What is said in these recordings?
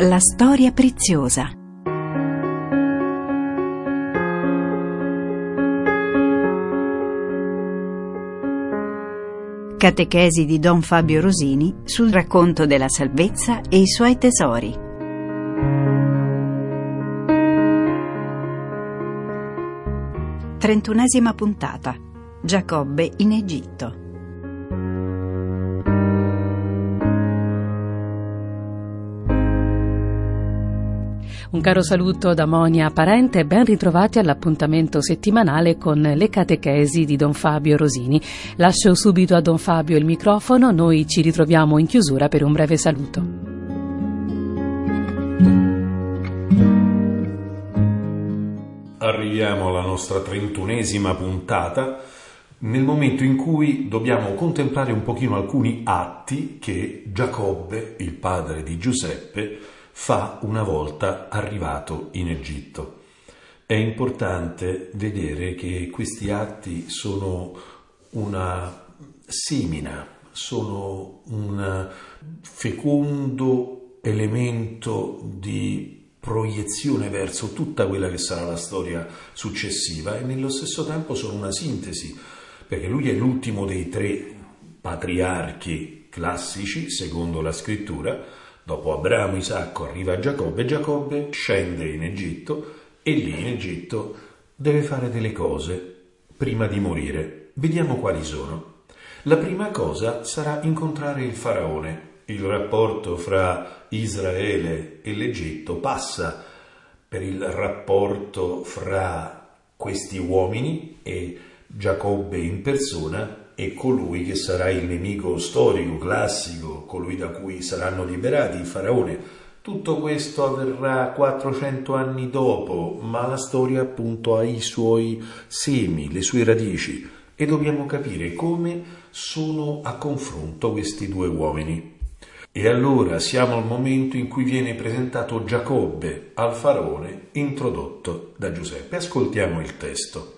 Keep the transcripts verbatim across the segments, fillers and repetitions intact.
La storia preziosa. Catechesi di Don Fabio Rosini sul racconto della salvezza e i suoi tesori. Trentunesima puntata. Giacobbe in Egitto. Un caro saluto da Monia Parente e ben ritrovati all'appuntamento settimanale con le catechesi di Don Fabio Rosini. Lascio subito a Don Fabio il microfono, noi ci ritroviamo in chiusura per un breve saluto. Arriviamo alla nostra trentunesima puntata, nel momento in cui dobbiamo contemplare un pochino alcuni atti che Giacobbe, il padre di Giuseppe, fa una volta arrivato in Egitto. È importante vedere che questi atti sono una semina, sono un fecondo elemento di proiezione verso tutta quella che sarà la storia successiva e nello stesso tempo sono una sintesi, perché lui è l'ultimo dei tre patriarchi classici, secondo la scrittura. Dopo Abramo, Isacco arriva Giacobbe, Giacobbe scende in Egitto e lì in Egitto deve fare delle cose prima di morire. Vediamo quali sono. La prima cosa sarà incontrare il faraone. Il rapporto fra Israele e l'Egitto passa per il rapporto fra questi uomini e Giacobbe in persona e colui che sarà il nemico storico, classico, colui da cui saranno liberati, il faraone. Tutto questo avverrà quattrocento anni dopo, ma la storia appunto ha i suoi semi, le sue radici e dobbiamo capire come sono a confronto questi due uomini. E allora siamo al momento in cui viene presentato Giacobbe al faraone, introdotto da Giuseppe. Ascoltiamo il testo.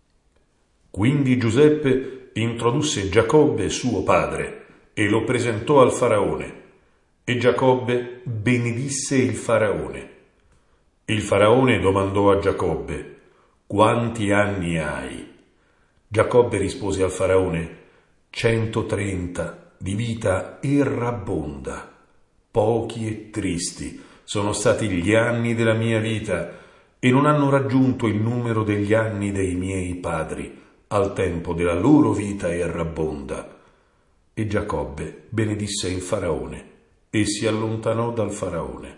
Quindi Giuseppe introdusse Giacobbe suo padre e lo presentò al faraone e Giacobbe benedisse il faraone. Il faraone domandò a Giacobbe: quanti anni hai? Giacobbe rispose al faraone: centotrenta, di vita errabonda, pochi e tristi sono stati gli anni della mia vita e non hanno raggiunto il numero degli anni dei miei padri al tempo della loro vita errabonda. E Giacobbe benedisse il faraone e si allontanò dal faraone.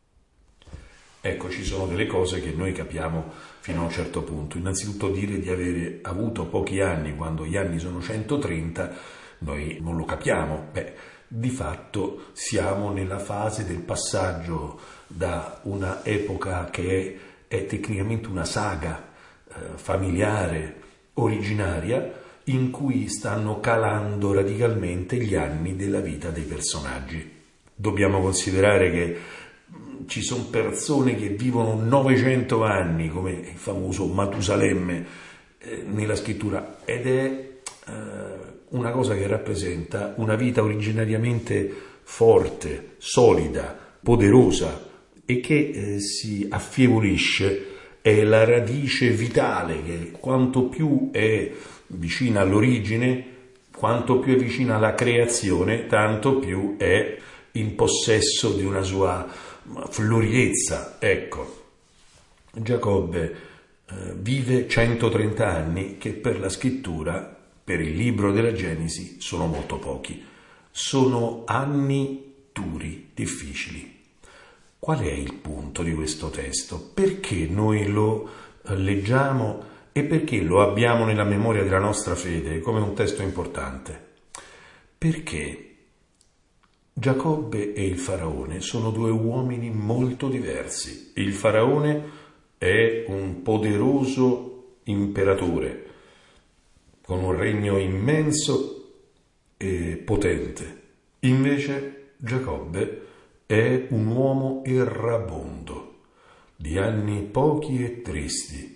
Ecco, ci sono delle cose che noi capiamo fino a un certo punto. Innanzitutto dire di avere avuto pochi anni quando gli anni sono centotrenta, noi non lo capiamo. Beh, di fatto siamo nella fase del passaggio da una epoca che è, è tecnicamente una saga eh, familiare, originaria, in cui stanno calando radicalmente gli anni della vita dei personaggi. Dobbiamo considerare che ci sono persone che vivono novecento anni, come il famoso Matusalemme eh, nella scrittura, ed è eh, una cosa che rappresenta una vita originariamente forte, solida, poderosa e che eh, si affievolisce. È la radice vitale che quanto più è vicina all'origine, quanto più è vicina alla creazione, tanto più è in possesso di una sua floridezza. Ecco, Giacobbe eh, vive centotrenta anni che per la scrittura, per il libro della Genesi, sono molto pochi. Sono anni duri, difficili. Qual è il punto di questo testo? Perché noi lo leggiamo e perché lo abbiamo nella memoria della nostra fede come un testo importante? Perché Giacobbe e il faraone sono due uomini molto diversi. Il faraone è un poderoso imperatore con un regno immenso e potente. Invece Giacobbe è un uomo errabondo, di anni pochi e tristi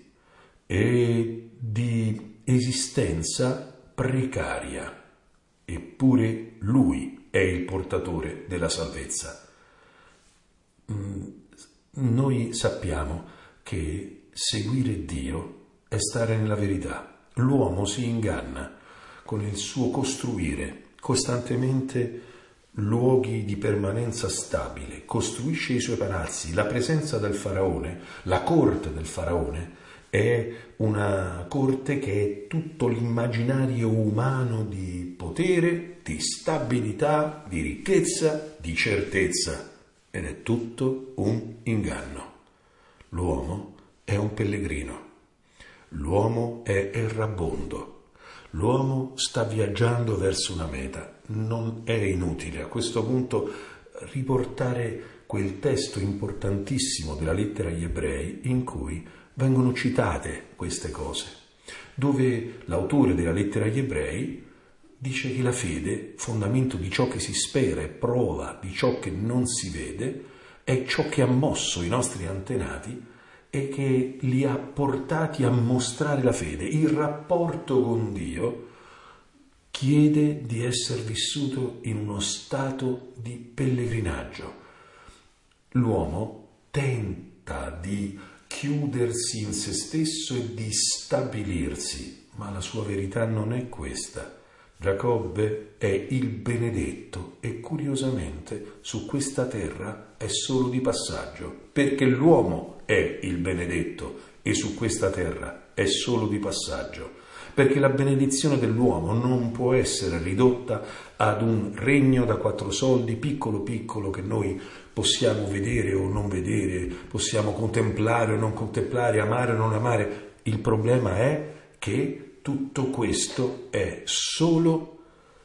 e di esistenza precaria, eppure lui è il portatore della salvezza. noi sappiamo che seguire Dio è stare nella verità. L'uomo si inganna con il suo costruire costantemente luoghi di permanenza stabile, costruisce i suoi palazzi. La presenza del faraone, la corte del faraone, è una corte che è tutto l'immaginario umano di potere, di stabilità, di ricchezza, di certezza, ed è tutto un inganno. L'uomo è un pellegrino, l'uomo è errabondo, l'uomo sta viaggiando verso una meta. Non è inutile a questo punto riportare quel testo importantissimo della lettera agli Ebrei in cui vengono citate queste cose, dove l'autore della lettera agli Ebrei dice che la fede, fondamento di ciò che si spera e prova di ciò che non si vede, è ciò che ha mosso i nostri antenati e che li ha portati a mostrare la fede. Il rapporto con Dio chiede di essere vissuto in uno stato di pellegrinaggio. L'uomo tenta di chiudersi in se stesso e di stabilirsi, ma la sua verità non è questa. Giacobbe è il benedetto e curiosamente su questa terra è solo di passaggio, perché l'uomo è il benedetto e su questa terra è solo di passaggio, perché la benedizione dell'uomo non può essere ridotta ad un regno da quattro soldi piccolo piccolo che noi possiamo vedere o non vedere, possiamo contemplare o non contemplare, amare o non amare. Il problema è che tutto questo è solo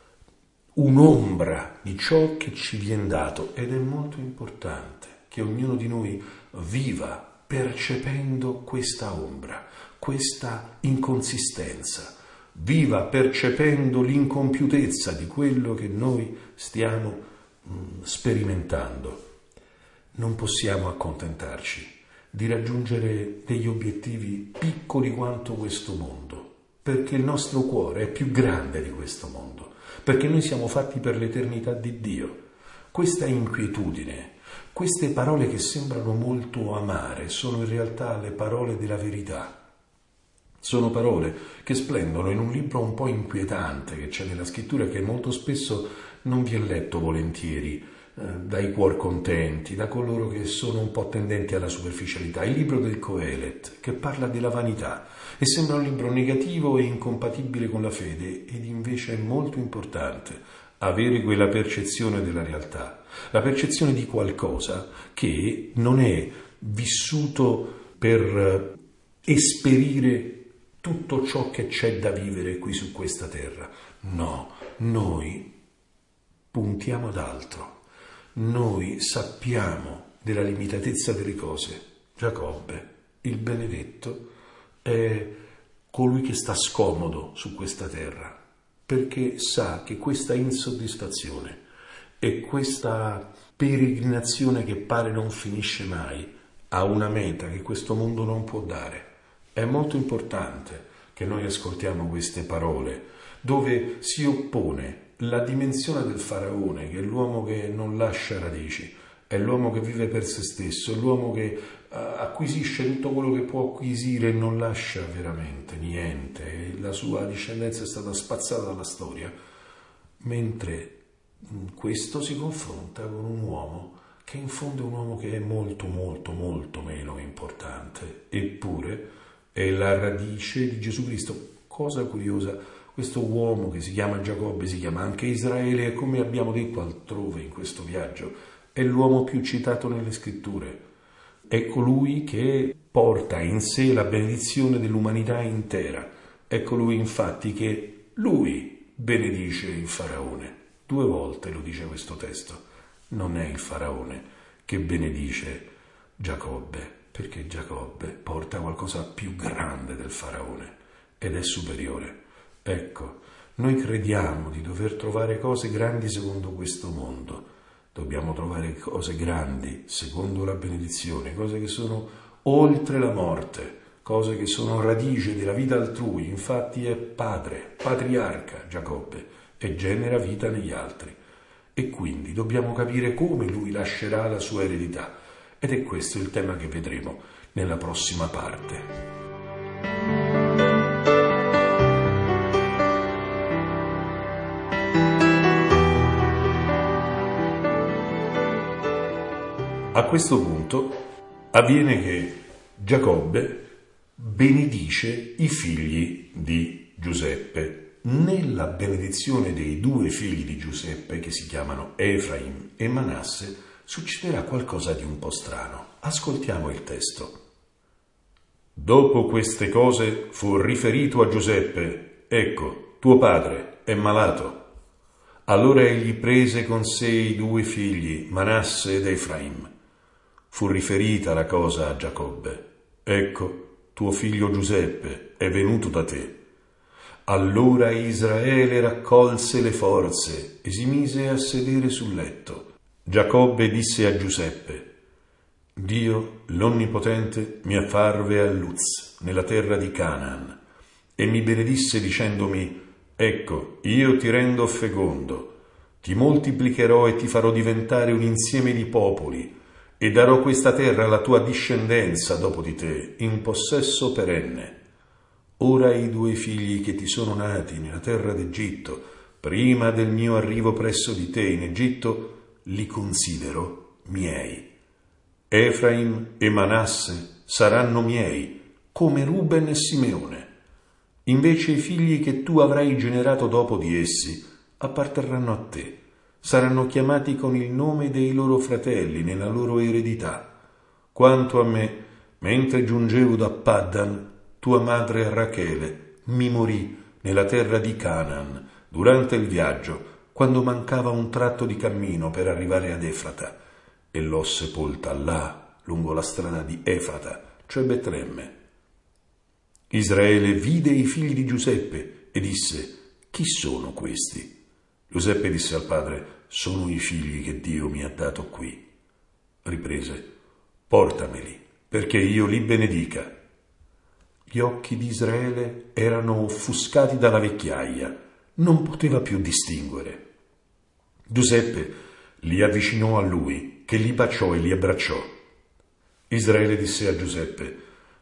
un'ombra di ciò che ci viene dato, ed è molto importante che ognuno di noi viva percependo questa ombra, questa inconsistenza, viva percependo l'incompiutezza di quello che noi stiamo mh, sperimentando. Non possiamo accontentarci di raggiungere degli obiettivi piccoli quanto questo mondo, perché il nostro cuore è più grande di questo mondo, perché noi siamo fatti per l'eternità di Dio. Questa inquietudine, queste parole che sembrano molto amare, sono in realtà le parole della verità. Sono parole che splendono in un libro un po' inquietante che c'è nella scrittura, che molto spesso non vi è letto volentieri eh, dai cuor contenti, da coloro che sono un po' tendenti alla superficialità. Il libro del Coelet, che parla della vanità e sembra un libro negativo e incompatibile con la fede, ed invece è molto importante avere quella percezione della realtà, la percezione di qualcosa che non è vissuto per esperire tutto ciò che c'è da vivere qui su questa terra. No, noi puntiamo ad altro. Noi sappiamo della limitatezza delle cose. Giacobbe, il benedetto, è colui che sta scomodo su questa terra, perché sa che questa insoddisfazione e questa peregrinazione che pare non finisce mai ha una meta che questo mondo non può dare. È molto importante che noi ascoltiamo queste parole, dove si oppone la dimensione del faraone, che è l'uomo che non lascia radici, è l'uomo che vive per se stesso, è l'uomo che uh, acquisisce tutto quello che può acquisire e non lascia veramente niente, la sua discendenza è stata spazzata dalla storia, mentre questo si confronta con un uomo che in fondo è un uomo che è molto molto molto meno importante, eppure è la radice di Gesù Cristo. Cosa curiosa, questo uomo che si chiama Giacobbe si chiama anche Israele, e come abbiamo detto altrove in questo viaggio è l'uomo più citato nelle scritture, è colui che porta in sé la benedizione dell'umanità intera, è colui infatti che lui benedice il faraone. Due volte lo dice questo testo, non è il faraone che benedice Giacobbe, perché Giacobbe porta qualcosa più grande del faraone ed è superiore. Ecco, noi crediamo di dover trovare cose grandi secondo questo mondo, dobbiamo trovare cose grandi secondo la benedizione, cose che sono oltre la morte, cose che sono radice della vita altrui. Infatti è padre, patriarca Giacobbe, e genera vita negli altri, e quindi dobbiamo capire come lui lascerà la sua eredità. Ed è questo il tema che vedremo nella prossima parte. A questo punto avviene che Giacobbe benedice i figli di Giuseppe. Nella benedizione dei due figli di Giuseppe, che si chiamano Efraim e Manasse, succederà qualcosa di un po' strano. Ascoltiamo il testo. Dopo queste cose fu riferito a Giuseppe: ecco, tuo padre è malato. Allora egli prese con sé i due figli, Manasse ed Efraim. Fu riferita la cosa a Giacobbe: ecco, tuo figlio Giuseppe è venuto da te. Allora Israele raccolse le forze e si mise a sedere sul letto. Giacobbe disse a Giuseppe: Dio, l'Onnipotente, mi apparve a Luz, nella terra di Canaan, e mi benedisse dicendomi: ecco, io ti rendo fecondo, ti moltiplicherò e ti farò diventare un insieme di popoli, e darò questa terra alla tua discendenza dopo di te, in possesso perenne. Ora i due figli che ti sono nati nella terra d'Egitto, prima del mio arrivo presso di te in Egitto, li considero miei. Efraim e Manasse saranno miei, come Ruben e Simeone. Invece i figli che tu avrai generato dopo di essi apparterranno a te. Saranno chiamati con il nome dei loro fratelli nella loro eredità. Quanto a me, mentre giungevo da Paddan, tua madre Rachele mi morì nella terra di Canaan durante il viaggio, quando mancava un tratto di cammino per arrivare ad Efrata, e l'ho sepolta là, lungo la strada di Efrata, cioè Betlemme. Israele vide i figli di Giuseppe e disse: chi sono questi? Giuseppe disse al padre: sono i figli che Dio mi ha dato qui. Riprese: portameli, perché io li benedica. Gli occhi di Israele erano offuscati dalla vecchiaia, non poteva più distinguere. Giuseppe li avvicinò a lui, che li baciò e li abbracciò. Israele disse a Giuseppe: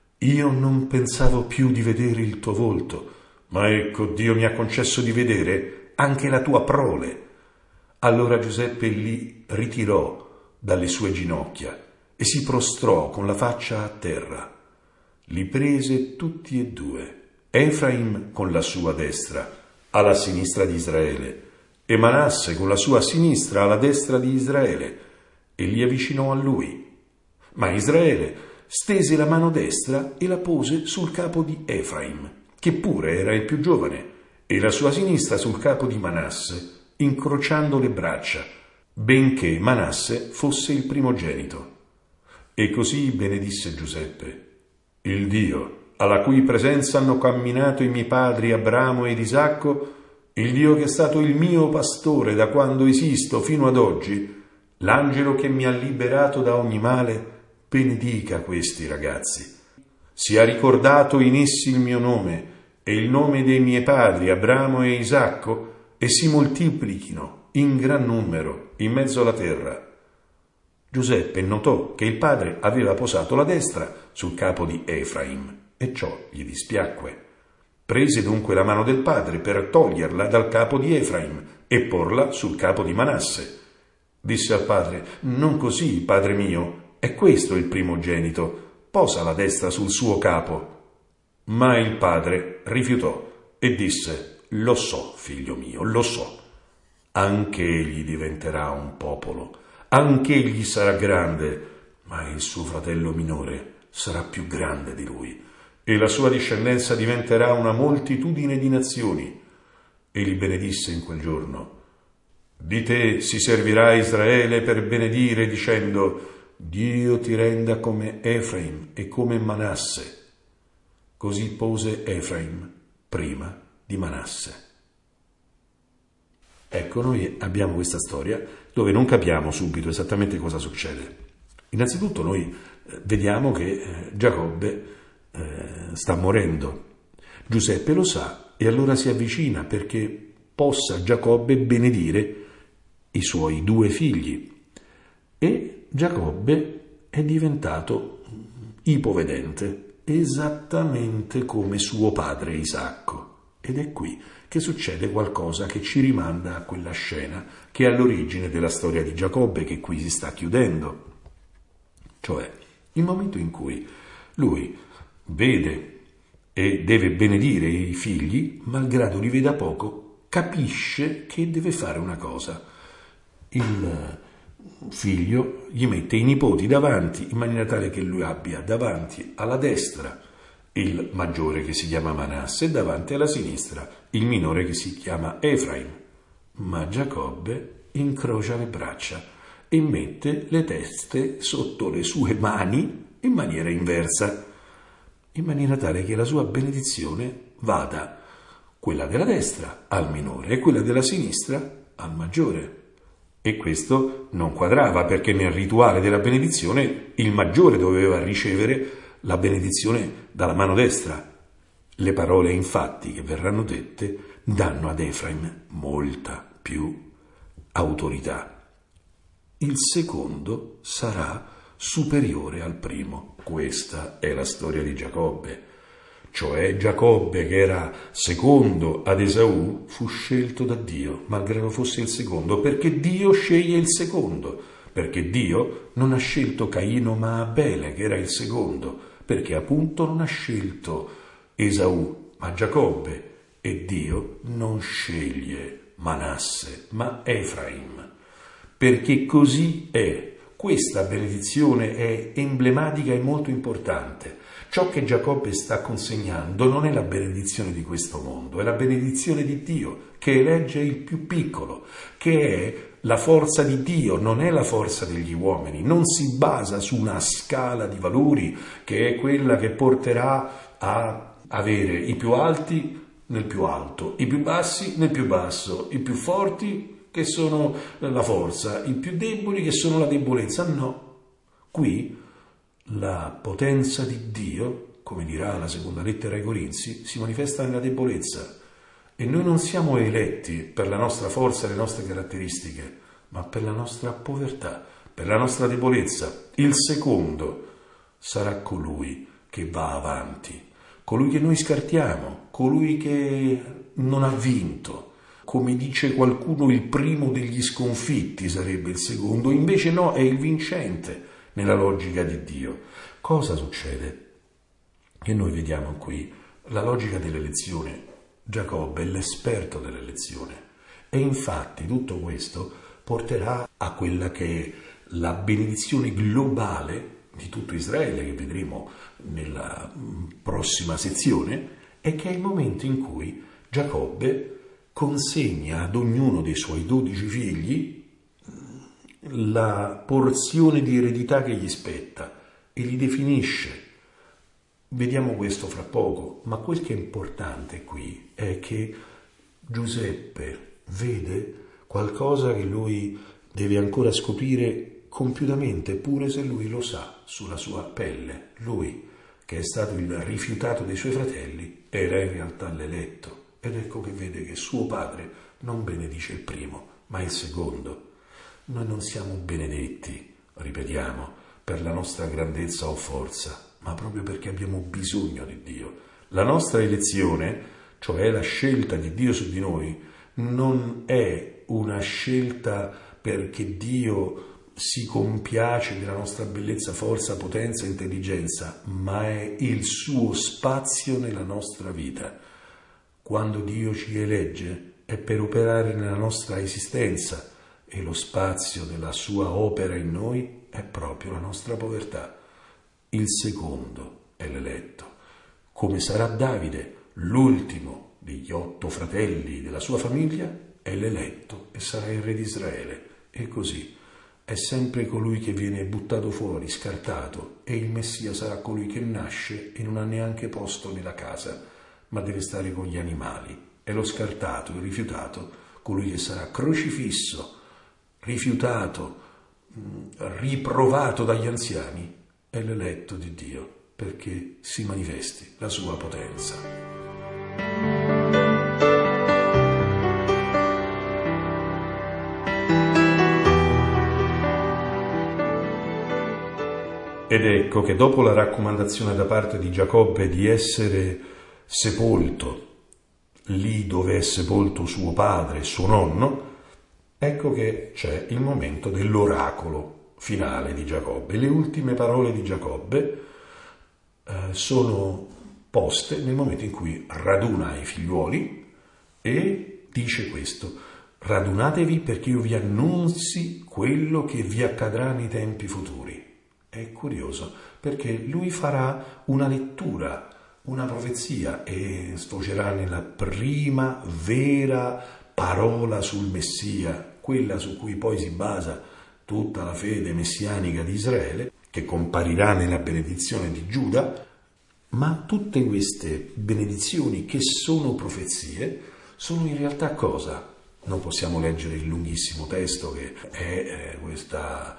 io non pensavo più di vedere il tuo volto, ma ecco, Dio mi ha concesso di vedere anche la tua prole. Allora Giuseppe li ritirò dalle sue ginocchia e si prostrò con la faccia a terra. Li prese tutti e due, Efraim con la sua destra, alla sinistra di Israele, e Manasse con la sua sinistra alla destra di Israele, e li avvicinò a lui. Ma Israele stese la mano destra e la pose sul capo di Efraim, che pure era il più giovane, e la sua sinistra sul capo di Manasse, incrociando le braccia, benché Manasse fosse il primogenito. E così benedisse Giuseppe: il Dio, alla cui presenza hanno camminato i miei padri Abramo ed Isacco, il Dio che è stato il mio pastore da quando esisto fino ad oggi, l'angelo che mi ha liberato da ogni male, benedica questi ragazzi. Sia ricordato in essi il mio nome e il nome dei miei padri Abramo e Isacco, e si moltiplichino in gran numero in mezzo alla terra. Giuseppe notò che il padre aveva posato la destra sul capo di Efraim, e ciò gli dispiacque. Prese dunque la mano del padre per toglierla dal capo di Efraim e porla sul capo di Manasse. Disse al padre: non così, padre mio, è questo il primogenito, posa la destra sul suo capo. Ma il padre rifiutò e disse: lo so, figlio mio, lo so. Anche egli diventerà un popolo, anche egli sarà grande, ma il suo fratello minore sarà più grande di lui, e la sua discendenza diventerà una moltitudine di nazioni. E li benedisse in quel giorno. Di te si servirà Israele per benedire, dicendo: Dio ti renda come Efraim e come Manasse. Così pose Efraim prima di Manasse. Ecco, noi abbiamo questa storia dove non capiamo subito esattamente cosa succede. Innanzitutto noi vediamo che Giacobbe eh, sta morendo. Giuseppe lo sa e allora si avvicina perché possa Giacobbe benedire i suoi due figli. E Giacobbe è diventato ipovedente, esattamente come suo padre Isacco. Ed è qui che succede qualcosa che ci rimanda a quella scena che è all'origine della storia di Giacobbe, che qui si sta chiudendo. Cioè, il momento in cui lui vede e deve benedire i figli, malgrado li veda poco, capisce che deve fare una cosa. Il figlio gli mette i nipoti davanti, in maniera tale che lui abbia davanti alla destra il maggiore, che si chiama Manasse, e davanti alla sinistra il minore, che si chiama Efraim. Ma Giacobbe incrocia le braccia e mette le teste sotto le sue mani in maniera inversa, in maniera tale che la sua benedizione vada, quella della destra al minore e quella della sinistra al maggiore. E questo non quadrava, perché nel rituale della benedizione il maggiore doveva ricevere la benedizione dalla mano destra. Le parole, infatti, che verranno dette danno ad Efraim molta più autorità. Il secondo sarà superiore al primo. Questa è la storia di Giacobbe. Cioè Giacobbe, che era secondo ad Esaù, fu scelto da Dio, malgrado fosse il secondo, perché Dio sceglie il secondo, perché Dio non ha scelto Caino ma Abele, che era il secondo, perché appunto non ha scelto Esaù ma Giacobbe, e Dio non sceglie Manasse ma Efraim, perché così è. Questa benedizione è emblematica e molto importante. Ciò che Giacobbe sta consegnando non è la benedizione di questo mondo, è la benedizione di Dio, che elegge il più piccolo, che è la forza di Dio, non è la forza degli uomini, non si basa su una scala di valori che è quella che porterà a avere i più alti nel più alto, i più bassi nel più basso, i più forti che sono la forza, i più deboli che sono la debolezza. No, qui la potenza di Dio, come dirà la seconda lettera ai Corinzi, si manifesta nella debolezza, e noi non siamo eletti per la nostra forza e le nostre caratteristiche, ma per la nostra povertà, per la nostra debolezza. Il secondo sarà colui che va avanti, colui che noi scartiamo, colui che non ha vinto. Come dice qualcuno, il primo degli sconfitti sarebbe il secondo, invece no, è il vincente nella logica di Dio. Cosa succede? Che noi vediamo qui la logica dell'elezione. Giacobbe è l'esperto dell'elezione, e infatti tutto questo porterà a quella che è la benedizione globale di tutto Israele, che vedremo nella prossima sezione, e che è il momento in cui Giacobbe consegna ad ognuno dei suoi dodici figli la porzione di eredità che gli spetta e li definisce. Vediamo questo fra poco, ma quel che è importante qui è che Giuseppe vede qualcosa che lui deve ancora scoprire compiutamente, pure se lui lo sa sulla sua pelle. Lui, che è stato il rifiutato dei suoi fratelli, era in realtà l'eletto. Ed ecco che vede che suo padre non benedice il primo, ma il secondo. Noi non siamo benedetti, ripetiamo, per la nostra grandezza o forza, ma proprio perché abbiamo bisogno di Dio. La nostra elezione, cioè la scelta di Dio su di noi, non è una scelta perché Dio si compiace della nostra bellezza, forza, potenza e intelligenza, ma è il suo spazio nella nostra vita. Quando Dio ci elegge è per operare nella nostra esistenza, e lo spazio della sua opera in noi è proprio la nostra povertà. Il secondo è l'eletto. Come sarà Davide, l'ultimo degli otto fratelli della sua famiglia, è l'eletto e sarà il re di Israele. E così è sempre colui che viene buttato fuori, scartato, e il Messia sarà colui che nasce e non ha neanche posto nella casa, ma deve stare con gli animali. È lo scartato, il rifiutato, colui che sarà crocifisso, rifiutato, riprovato dagli anziani, è l'eletto di Dio, perché si manifesti la sua potenza. Ed ecco che dopo la raccomandazione da parte di Giacobbe di essere sepolto lì dove è sepolto suo padre e suo nonno, ecco che c'è il momento dell'oracolo finale di Giacobbe. Le ultime parole di Giacobbe eh, sono poste nel momento in cui raduna i figliuoli e dice questo: radunatevi perché io vi annunzi quello che vi accadrà nei tempi futuri. È curioso perché lui farà una lettura, una profezia, e sfocerà nella prima vera parola sul Messia, quella su cui poi si basa tutta la fede messianica di Israele, che comparirà nella benedizione di Giuda. Ma tutte queste benedizioni, che sono profezie, sono in realtà cosa? Non possiamo leggere il lunghissimo testo che è eh, questa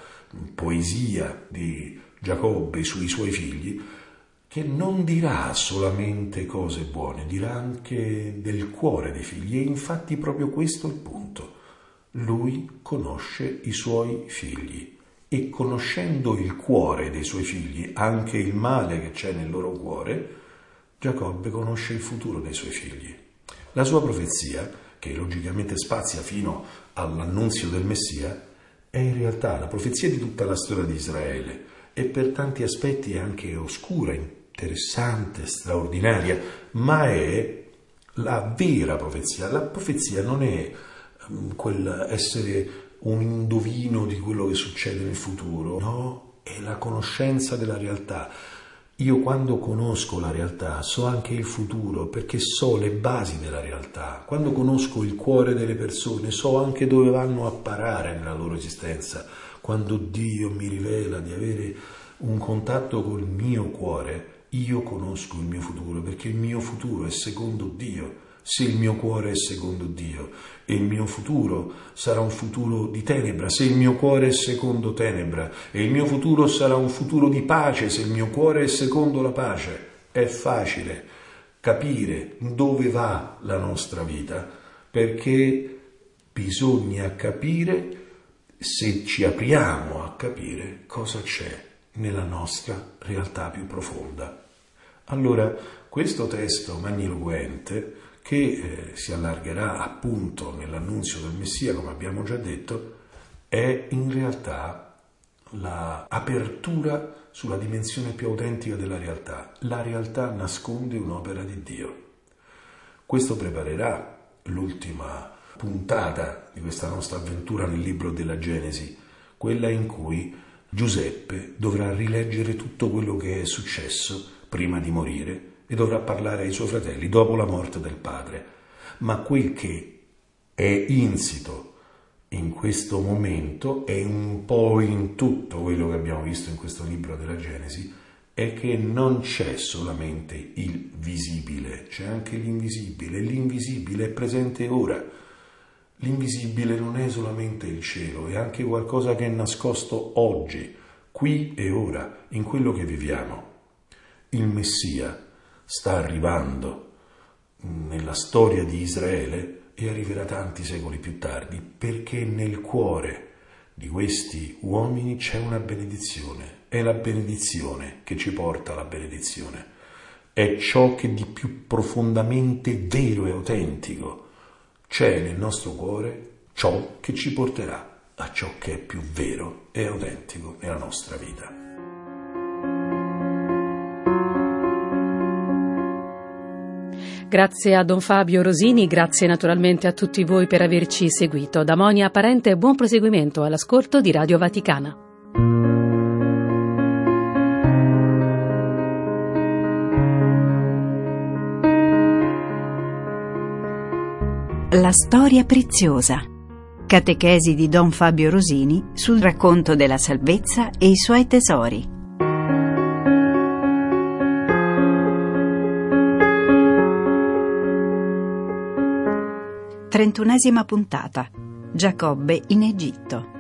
poesia di Giacobbe sui suoi figli, che non dirà solamente cose buone, dirà anche del cuore dei figli, e infatti proprio questo è il punto. Lui conosce i suoi figli e, conoscendo il cuore dei suoi figli, anche il male che c'è nel loro cuore, Giacobbe conosce il futuro dei suoi figli. La sua profezia, che logicamente spazia fino all'annunzio del Messia, è in realtà la profezia di tutta la storia di Israele, e per tanti aspetti è anche oscura, interessante, straordinaria, ma è la vera profezia. La profezia non è um, quel essere un indovino di quello che succede nel futuro, no, è la conoscenza della realtà. Io, quando conosco la realtà, so anche il futuro, perché so le basi della realtà. Quando conosco il cuore delle persone, so anche dove vanno a parare nella loro esistenza. Quando Dio mi rivela di avere un contatto col mio cuore, io conosco il mio futuro, perché il mio futuro è secondo Dio. Se il mio cuore è secondo Dio, e il mio futuro sarà un futuro di tenebra, se il mio cuore è secondo tenebra, e il mio futuro sarà un futuro di pace, se il mio cuore è secondo la pace. È facile capire dove va la nostra vita, perché bisogna capire, se ci apriamo a capire, cosa c'è nella nostra realtà più profonda. Allora, questo testo magniloquente, che eh, si allargherà appunto nell'annunzio del Messia, come abbiamo già detto, è in realtà l'apertura sulla dimensione più autentica della realtà. La realtà nasconde un'opera di Dio. Questo preparerà l'ultima puntata di questa nostra avventura nel libro della Genesi, quella in cui Giuseppe dovrà rileggere tutto quello che è successo prima di morire e dovrà parlare ai suoi fratelli dopo la morte del padre. Ma quel che è insito in questo momento, e un po' in tutto quello che abbiamo visto in questo libro della Genesi, è che non c'è solamente il visibile, c'è anche l'invisibile. L'invisibile è presente ora. L'invisibile non è solamente il cielo, è anche qualcosa che è nascosto oggi, qui e ora, in quello che viviamo. Il Messia sta arrivando nella storia di Israele e arriverà tanti secoli più tardi, perché nel cuore di questi uomini c'è una benedizione. È la benedizione che ci porta alla benedizione. È ciò che di più profondamente vero e autentico c'è nel nostro cuore, ciò che ci porterà a ciò che è più vero e autentico nella nostra vita. Grazie a Don Fabio Rosini, grazie naturalmente a tutti voi per averci seguito. Da Monia Parente, buon proseguimento all'ascolto di Radio Vaticana. La storia preziosa. Catechesi di Don Fabio Rosini sul racconto della salvezza e i suoi tesori. Trentunesima puntata. Giacobbe in Egitto.